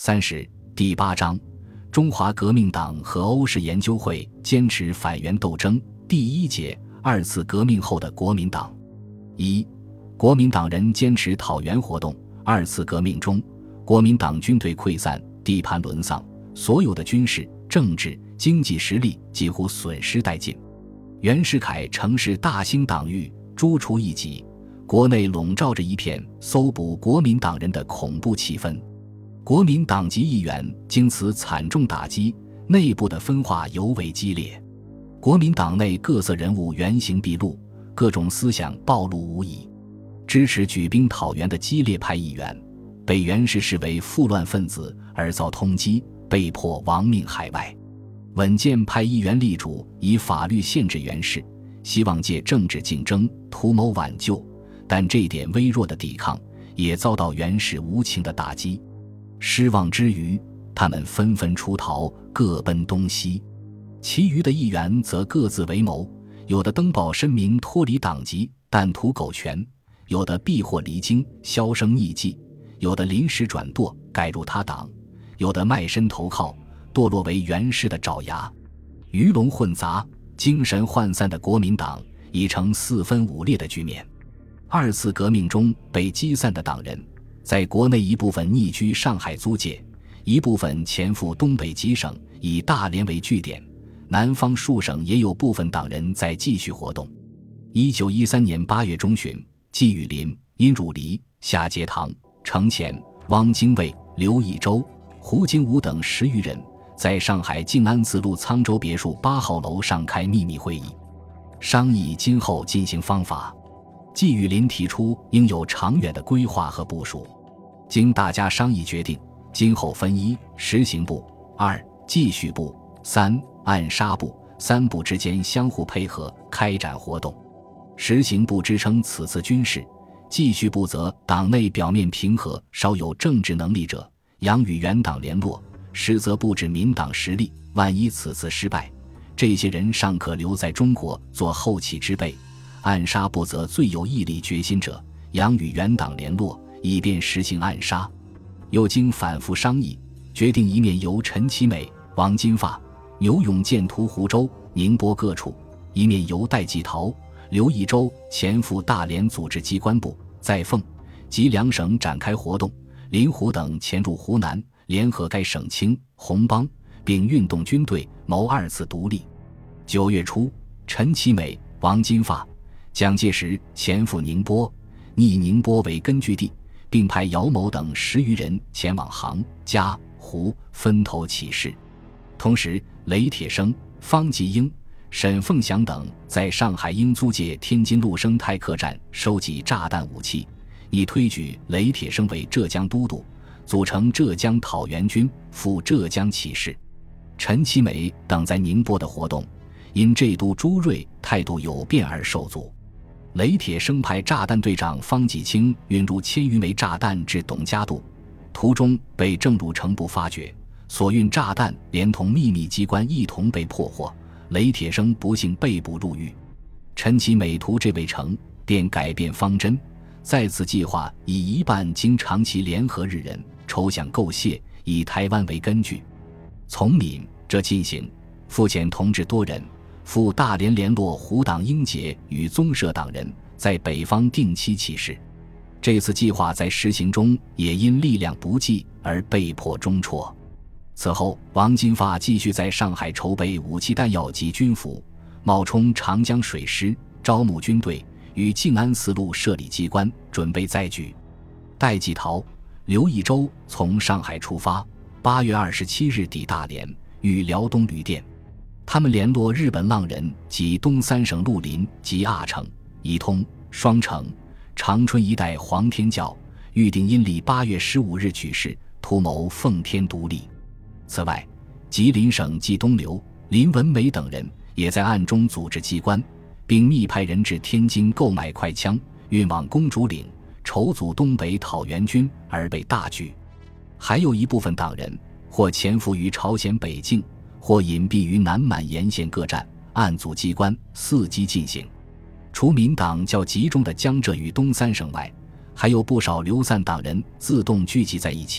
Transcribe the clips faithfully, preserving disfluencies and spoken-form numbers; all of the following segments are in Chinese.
三十第八章，中华革命党和欧式研究会坚持反袁斗争。第一节，二次革命后的国民党。一、国民党人坚持讨袁活动。二次革命中，国民党军队溃散，地盘沦丧，所有的军事、政治、经济实力几乎损失殆尽。袁世凯乘势大兴党域，诛除异己，国内笼罩着一片搜捕国民党人的恐怖气氛。国民党籍议员经此惨重打击，内部的分化尤为激烈。国民党内各色人物原形毕露，各种思想暴露无遗。支持举兵讨袁的激烈派议员，被袁氏视为复乱分子而遭通缉，被迫亡命海外。稳健派议员力主以法律限制袁氏，希望借政治竞争图谋挽救，但这点微弱的抵抗也遭到袁氏无情的打击。失望之余，他们纷纷出逃，各奔东西。其余的议员则各自为谋，有的登报声明脱离党籍，但图苟全；有的避祸离京，销声匿迹；有的临时转舵，改入他党；有的卖身投靠，堕落为袁氏的爪牙。鱼龙混杂，精神涣散的国民党已成四分五裂的局面。二次革命中被击散的党人，在国内一部分匿居上海租界，一部分潜赴东北几省，以大连为据点，南方数省也有部分党人在继续活动。一九一三年八月中旬，季雨林、殷汝黎、夏节堂、程潜、汪精卫、刘义洲、胡金吾等十余人在上海静安寺路沧州别墅八号楼上开秘密会议，商议今后进行方法。季雨林提出应有长远的规划和部署，经大家商议决定，今后分一实行部、二继续部、三暗杀部三部之间相互配合开展活动。实行部支撑此次军事，继续部则党内表面平和稍有政治能力者，扬与原党联络，实则布置民党实力，万一此次失败，这些人尚可留在中国做后起之辈。暗杀部则最有毅力决心者，扬与原党联络，以便实行暗杀。又经反复商议，决定一面由陈其美、王金发、牛永健图湖州、宁波各处，一面由戴季陶、刘义洲前赴大连组织机关部、在奉及两省展开活动，林湖等潜入湖南，联合该省清、红帮，并运动军队谋二次独立。九月初，陈其美、王金发、蒋介石前赴宁波，拟宁波为根据地，并派姚某等十余人前往杭、嘉、湖分头起事。同时，雷铁生、方继英、沈凤祥等在上海英租界天津路生态客栈收集炸弹武器，以推举雷铁生为浙江都督，组成浙江讨袁军，赴浙江起事。陈其美等在宁波的活动，因浙督朱瑞态度有变而受阻。雷铁生派炸弹队长方济清运入千余枚炸弹至董家渡，途中被郑汝成部发觉，所运炸弹连同秘密机关一同被破获，雷铁生不幸被捕入狱。陈其美图这未成，便改变方针，再次计划以一半经长期联合日人筹饷购械，以台湾为根据，从闽浙进行，复遣同志多人赴大连联络湖党英杰与宗社党人，在北方定期起事。这次计划在实行中也因力量不济而被迫中辍。此后，王金发继续在上海筹备武器弹药及军服，冒充长江水师，招募军队，于静安寺路设立机关，准备再举。戴季陶、刘义洲从上海出发，八月二十七日抵大连，与辽东旅店。他们联络日本浪人及东三省绿林及阿城、宜通、双城、长春一带黄天教，预定阴历八月十五日举事，图谋奉天独立。此外，吉林省冀东流、林文美等人也在暗中组织机关，并密派人至天津购买快枪，运往公主岭，筹组东北讨袁军，而被大举。还有一部分党人或潜伏于朝鲜北境，或隐蔽于南满沿线各站，暗组机关，伺机进行。除民党较集中的江浙与东三省外，还有不少流散党人自动聚集在一起，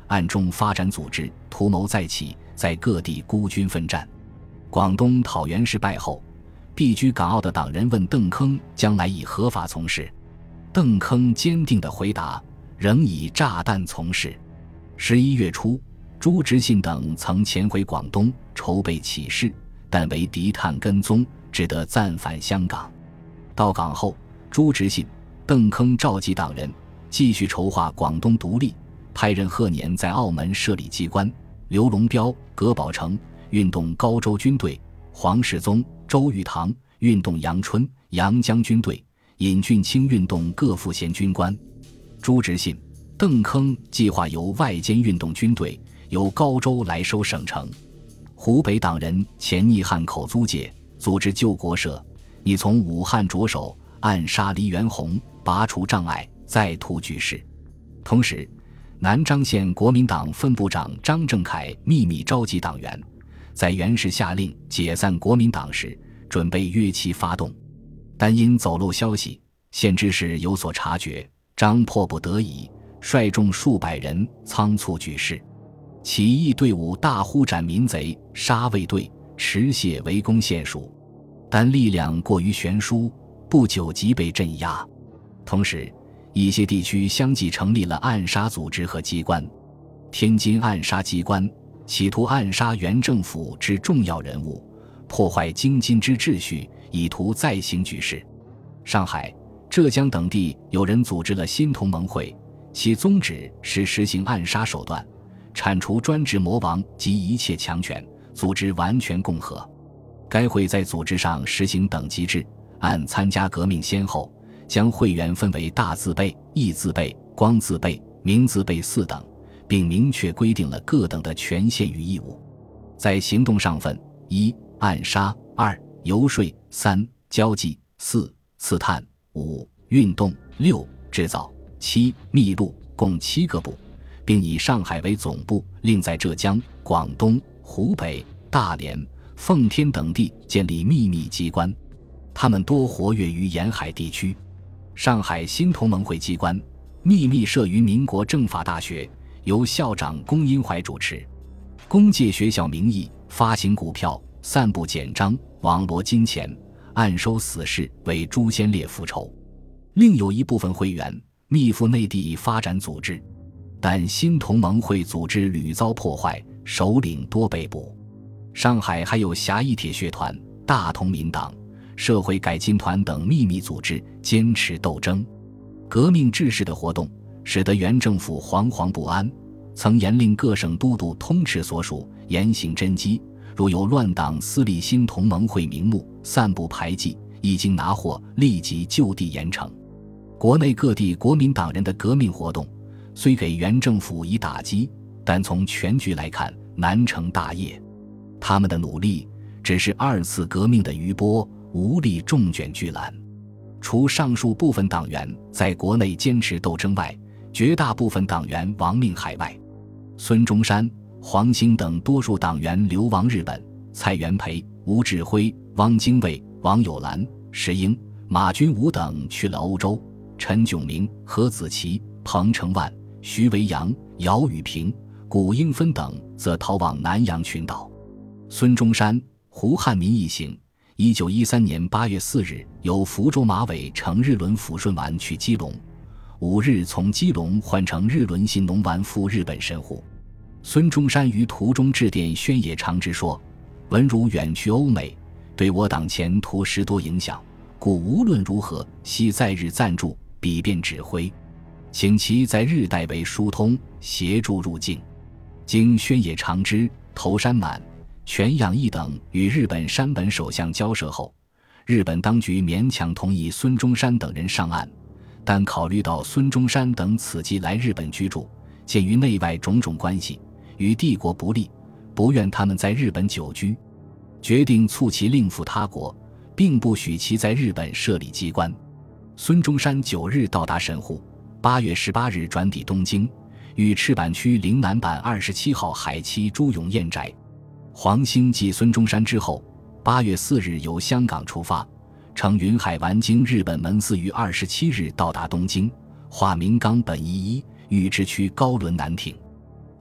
暗中发展组织，图谋再起，在各地孤军奋战。广东讨袁氏败后，避居港澳的党人问邓铿将来以何法从事。邓铿坚定地回答，仍以炸弹从事。十一月初，朱执信等曾潜回广东筹备起事，但为敌探跟踪，只得暂返香港。到港后，朱执信、邓铿召集党人继续筹划广东独立，派任贺年在澳门设立机关，刘龙标、葛宝成运动高州军队，黄世宗、周玉堂运动阳春、阳江军队，尹俊清运动各副衔军官。朱执信、邓铿计划由外兼运动军队，由高州来收省城。湖北党人前逆汉口租界，组织救国社，拟从武汉着手，暗杀黎元洪，拔除障碍，再图局势。同时，南漳县国民党分部长张正凯秘密召集党员，在袁氏下令解散国民党时，准备约期发动，但因走漏消息，县知事有所察觉，张迫不得已，率众数百人仓促举事。起义队伍大呼斩民贼，杀卫队，持械围攻县署，但力量过于悬殊，不久即被镇压。同时，一些地区相继成立了暗杀组织和机关。天津暗杀机关，企图暗杀原政府之重要人物，破坏京津之秩序，以图再行局势。上海、浙江等地有人组织了新同盟会，其宗旨是实行暗杀手段，铲除专制魔王及一切强权，组织完全共和。该会在组织上实行等级制，按参加革命先后，将会员分为大字辈、义字辈、光字辈、明字辈四等，并明确规定了各等的权限与义务。在行动上分：一、暗杀；二、游说；三、交际；四、刺探；五、运动；六、制造；七、密录，共七个部，并以上海为总部，另在浙江、广东、湖北、大连、奉天等地建立秘密机关，他们多活跃于沿海地区。上海新同盟会机关秘密设于民国政法大学，由校长龚荫怀主持，公借学校名义发行股票，散布简章，网罗金钱，暗收死士为诛先烈复仇。另有一部分会员密赴内地发展组织，但新同盟会组织屡遭破坏，首领多被捕。上海还有侠义铁血团、大同民党、社会改进团等秘密组织坚持斗争。革命志士的活动使得原政府惶惶不安，曾严令各省都督通斥所属，严刑侦缉，如有乱党私立新同盟会名目，散布排挤，一经拿获，立即就地严惩。国内各地国民党人的革命活动虽给原政府以打击，但从全局来看，难成大业。他们的努力只是二次革命的余波，无力重卷巨澜。除上述部分党员在国内坚持斗争外，绝大部分党员亡命海外。孙中山、黄兴等多数党员流亡日本，蔡元培、吴志辉、汪精卫、王友兰、石英、马君武等去了欧洲，陈炯明、何子奇、彭承万、徐维阳、姚宇平、古英芬等则逃往南洋群岛。孙中山、胡汉民一行一九一三年八月四日由福州马尾乘日轮抚顺丸去基隆，五日从基隆换乘日轮信浓丸赴日本神户。孙中山于途中致电宣野长之说，文如远去欧美，对我党前途实多影响，故无论如何悉在日暂住，以便指挥，请其在日代为疏通，协助入境。经宣野长之、头山满、全养义等与日本山本首相交涉后，日本当局勉强同意孙中山等人上岸，但考虑到孙中山等此季来日本居住，鉴于内外种种关系与帝国不利，不愿他们在日本久居，决定促其另赴他国，并不许其在日本设立机关。孙中山九日到达神户，八月十八日转抵东京，与赤坂区陵南坂二十七号海七朱永燕宅。黄兴继孙中山之后，八月四日由香港出发，乘云海丸经日本门司于二十七日到达东京，化名冈本一一，与之区高轮南挺。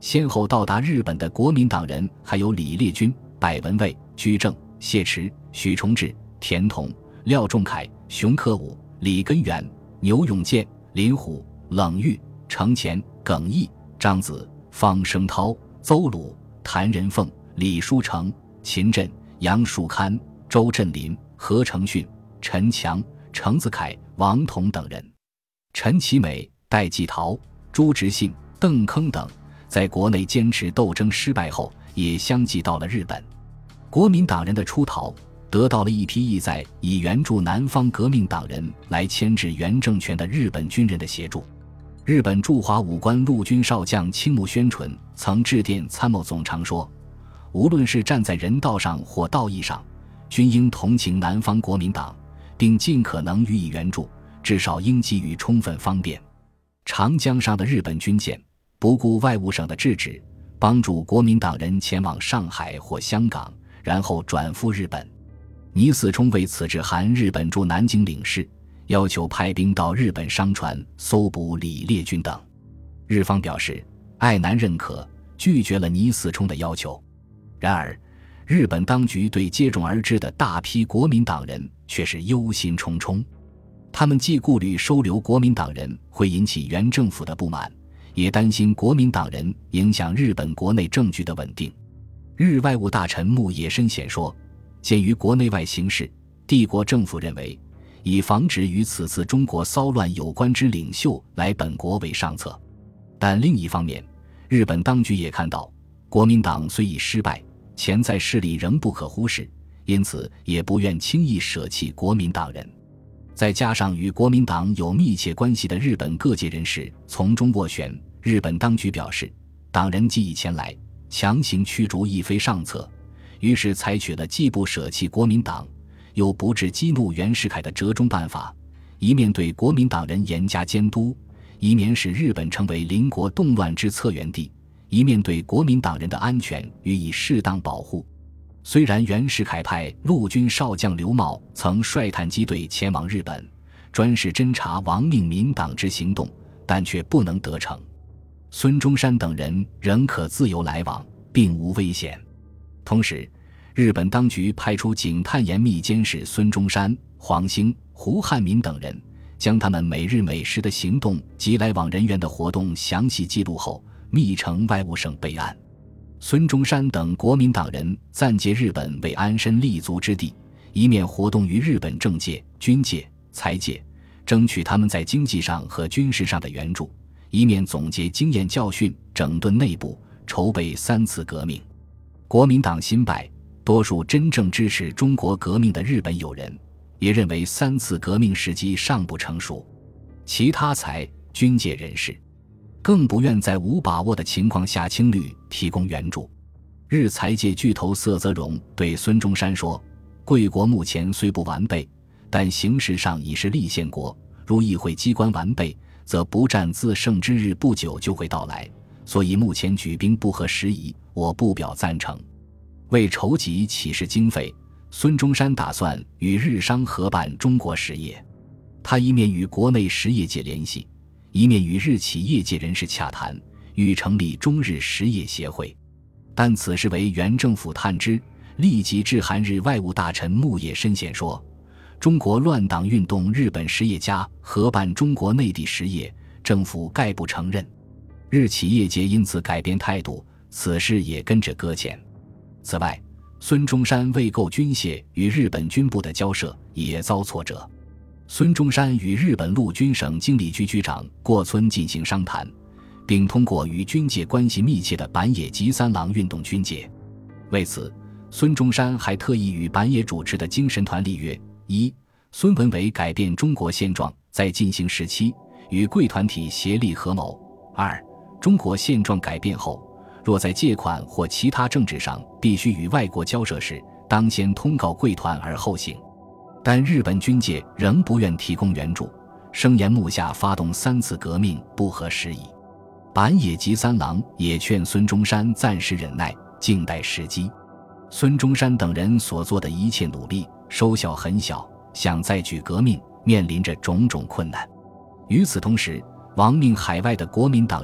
先后到达日本的国民党人还有李烈钧、柏文蔚、居正、谢池、许崇智、田同、廖仲恺、熊克武、李根源、牛永健、林虎、冷玉、程潜、耿毅、张子、方声涛、邹鲁、谭仁凤、李书成、秦震、杨树堪、周振林、何承训、陈强、程子恺、王彤等人。陈其美、戴季陶、朱执信、邓铿等在国内坚持斗争失败后，也相继到了日本。国民党人的出逃得到了一批意在以援助南方革命党人来牵制原政权的日本军人的协助。日本驻华武官陆军少将青木宣纯曾致电参谋总长说，无论是站在人道上或道义上，均应同情南方国民党，并尽可能予以援助，至少应给予充分方便。长江上的日本军舰不顾外务省的制止，帮助国民党人前往上海或香港，然后转赴日本。倪嗣冲为此致函日本驻南京领事，要求派兵到日本商船搜捕李烈钧等。日方表示爱难认可，拒绝了倪嗣冲的要求。然而日本当局对接踵而至的大批国民党人却是忧心忡忡。他们既顾虑收留国民党人会引起原政府的不满，也担心国民党人影响日本国内政局的稳定。日外务大臣牧野伸显说，鉴于国内外形势，帝国政府认为以防止与此次中国骚乱有关之领袖来本国为上策。但另一方面，日本当局也看到国民党虽已失败，潜在势力仍不可忽视，因此也不愿轻易舍弃国民党人。再加上与国民党有密切关系的日本各界人士从中斡旋，日本当局表示党人既已前来，强行驱逐亦非上策，于是采取了既不舍弃国民党又不致激怒袁世凯的折中办法，一面对国民党人严加监督，以免使日本成为邻国动乱之策源地，一面对国民党人的安全予以适当保护。虽然袁世凯派陆军少将刘茂曾率探击队前往日本，专事侦察亡命民党之行动，但却不能得逞。孙中山等人仍可自由来往，并无危险。同时日本当局派出警探严密监视孙中山、黄兴、胡汉民等人，将他们每日每时的行动及来往人员的活动详细记录后，密呈外务省备案。孙中山等国民党人暂借日本为安身立足之地，一面活动于日本政界、军界、财界，争取他们在经济上和军事上的援助，一面总结经验教训，整顿内部，筹备三次革命。国民党新败，多数真正支持中国革命的日本友人也认为三次革命时机尚不成熟，其他财军界人士更不愿在无把握的情况下轻率提供援助。日财界巨头色泽荣对孙中山说，贵国目前虽不完备，但形势上已是立宪国，如议会机关完备，则不战自胜之日不久就会到来，所以目前举兵不合时宜，我不表赞成。为筹集起事经费，孙中山打算与日商合办中国实业。他一面与国内实业界联系，一面与日企业界人士洽谈，欲成立中日实业协会。但此事为原政府探知，立即致函日外务大臣牧野伸显说，中国乱党运动日本实业家合办中国内地实业，政府概不承认。日企业界因此改变态度，此事也跟着搁浅。此外，孙中山为购军械与日本军部的交涉也遭挫折。孙中山与日本陆军省经理局局长过村进行商谈，并通过与军界关系密切的坂野吉三郎运动军界。为此，孙中山还特意与坂野主持的精神团立约：一、孙文为改变中国现状在进行时期，与贵团体协力合谋；二、中国现状改变后，若在借款或其他政治上必须与外国交涉时，当先通告贵团而后行。但日本军界仍不愿提供援助，声言目下发动三次革命不合时宜。坂野吉三郎也劝孙中山暂时忍耐，静待时机。孙中山等人所做的一切努力收效很小，想再举革命面临着种种困难。与此同时，亡命海外的国民党人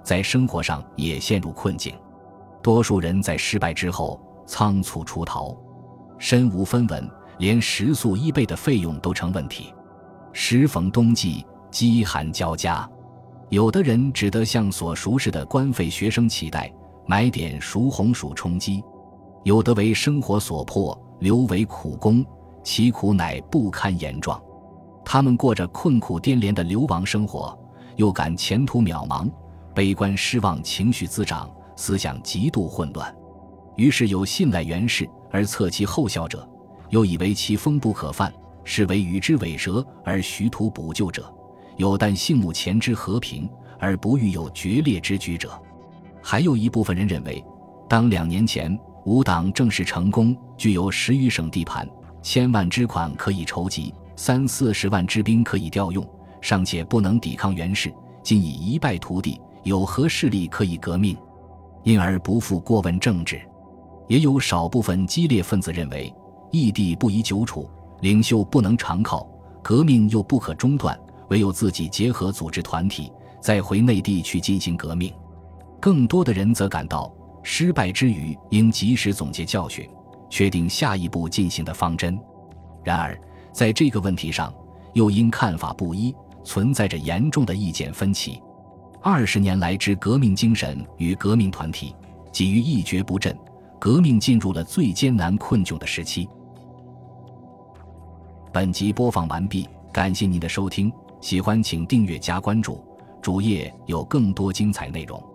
在生活上也陷入困境。多数人在失败之后仓促出逃，身无分文，连食宿衣被的费用都成问题。时逢冬季，饥寒交加，有的人只得向所熟识的官费学生乞贷，买点熟红薯充饥；有的为生活所迫，留为苦工，其苦乃不堪言状。他们过着困苦颠连的流亡生活，又感前途渺茫，悲观失望，情绪滋长，思想极度混乱。于是有信赖袁氏而测其后效者，又以为其风不可犯，是为与之尾折而徐图补救者，有但幸目前之和平，而不欲有决裂之举者。还有一部分人认为，当两年前吾党正式成功，具有十余省地盘，千万之款可以筹集，三四十万之兵可以调用，尚且不能抵抗袁氏，今已一败涂地，有何势力可以革命？因而不复过问政治。也有少部分激烈分子认为，异地不宜久处，领袖不能常靠，革命又不可中断，唯有自己结合组织团体，再回内地去进行革命。更多的人则感到失败之余应及时总结教训，确定下一步进行的方针。然而在这个问题上又因看法不一，存在着严重的意见分歧。二十年来之革命精神与革命团体几于一蹶不振，革命进入了最艰难困窘的时期。本集播放完毕，感谢您的收听，喜欢请订阅加关注，主页有更多精彩内容。